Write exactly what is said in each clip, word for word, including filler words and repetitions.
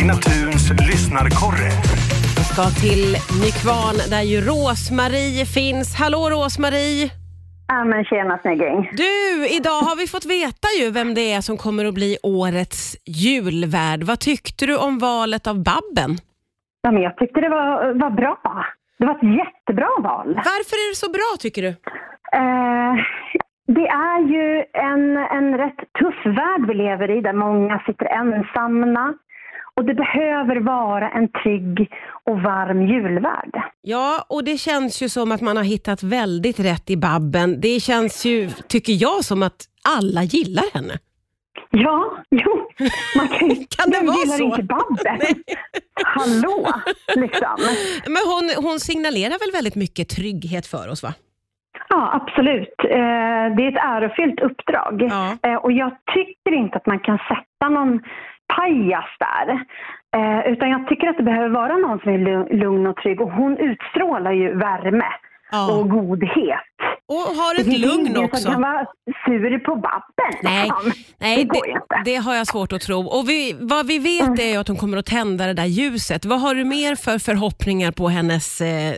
Digna Tuns lyssnarkorre. Vi ska till Nykvarn där ju Rosmarie finns. Hallå Rosmarie! Ja men tjena snygging. Du, idag har vi fått veta ju vem det är som kommer att bli årets julvärd. Vad tyckte du om valet av Babben? Ja, men jag tyckte det var, var bra. Det var ett jättebra val. Varför är det så bra tycker du? Eh, det är ju en, en rätt tuff värld vi lever i där många sitter ensamma. Och det behöver vara en trygg och varm julvärld. Ja, och det känns ju som att man har hittat väldigt rätt i Babben. Det känns ju, tycker jag, som att alla gillar henne. Ja, jo. Man kan, kan det vara gillar så? inte Babben. Hallå, liksom. Men hon, hon signalerar väl väldigt mycket trygghet för oss, va? Ja, absolut. Eh, det är ett ärofyllt uppdrag. Ja. Eh, och jag tycker inte att man kan sätta någon pajas där. Eh, utan jag tycker att det behöver vara någon som är lugn och trygg. Och hon utstrålar ju värme ja. och godhet. Och har ett lugn också. Det kan vara sur på Babben. Nej, nej det, går det, inte. det har jag svårt att tro. Och vi, vad vi vet mm. är att hon kommer att tända det där ljuset. Vad har du mer för förhoppningar på hennes eh,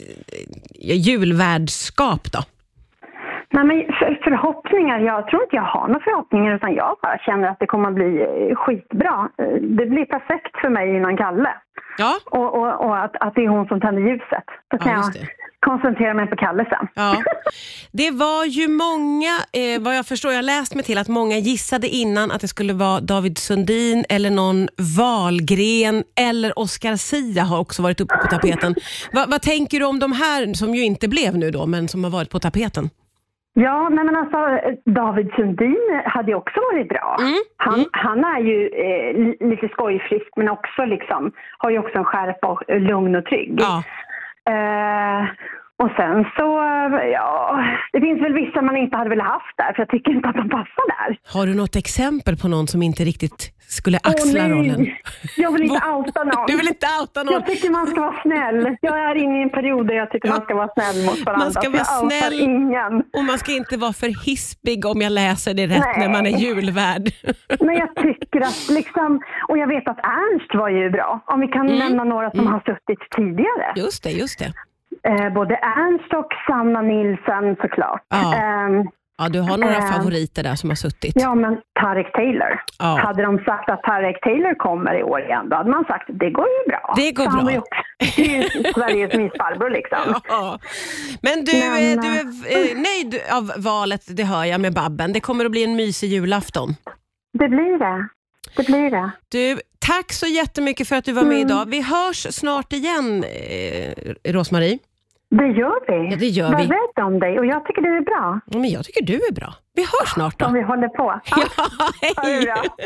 julvärdskap då? Nej, men för, förhoppningar, jag tror inte jag har några förhoppningar utan jag bara känner att det kommer att bli skitbra. Det blir perfekt för mig innan Kalle. Ja. Och, och, och att, att det är hon som tänder ljuset. Då kan ja, jag koncentrera mig på Kalle sen. Ja. Det var ju många, eh, vad jag förstår, jag läst mig till att många gissade innan att det skulle vara David Sundin eller någon Wahlgren eller Oscar Sia har också varit uppe på tapeten. Va, vad tänker du om de här som ju inte blev nu då, men som har varit på tapeten? Ja, nej men alltså David Sundin hade ju också varit bra. Mm. Han, mm. han är ju eh, lite skojfrisk men också liksom, har ju också en skärpa och lugn och trygg. Ja. Eh, och sen så, ja, det finns väl vissa man inte hade velat haft där för jag tycker inte att de passar där. Har du något exempel på någon som inte riktigt skulle axla Åh, rollen? Jag vill inte outa någon. Du vill inte outa någon? Jag tycker man ska vara snäll. Jag är inne i en period där jag tycker man ska vara snäll mot varandra. Man ska vara snäll ingen. Och man ska inte vara för hispig om jag läser det rätt. Nej. När man är julvärd. Men jag tycker att liksom, och jag vet att Ernst var ju bra. Om vi kan mm. nämna några som mm. har suttit tidigare. Just det, just det. Eh, både Ernst och Sanna Nilsson såklart. Ja. Eh, ja, du har några eh, favoriter där som har suttit. Ja, men Tarek Taylor. Ja. Hade de sagt att Tarek Taylor kommer i år igen, då hade man sagt det går ju bra. Det går så bra. Han var ju också, det är ju Sveriges mysfarbror liksom. Ja. Men du, men, du är eh, nöjd av valet, det hör jag med Babben. Det kommer att bli en mysig julafton. Det blir det. Det blir det. Du, tack så jättemycket för att du var med mm. idag. Vi hörs snart igen, eh, Rosmarie. Det gör vi. Ja, det gör Var vi. rädd om dig och jag tycker du är bra. Ja, men jag tycker du är bra. Vi hörs snart då. Om vi håller på. Ja, ja hej. Ha det bra.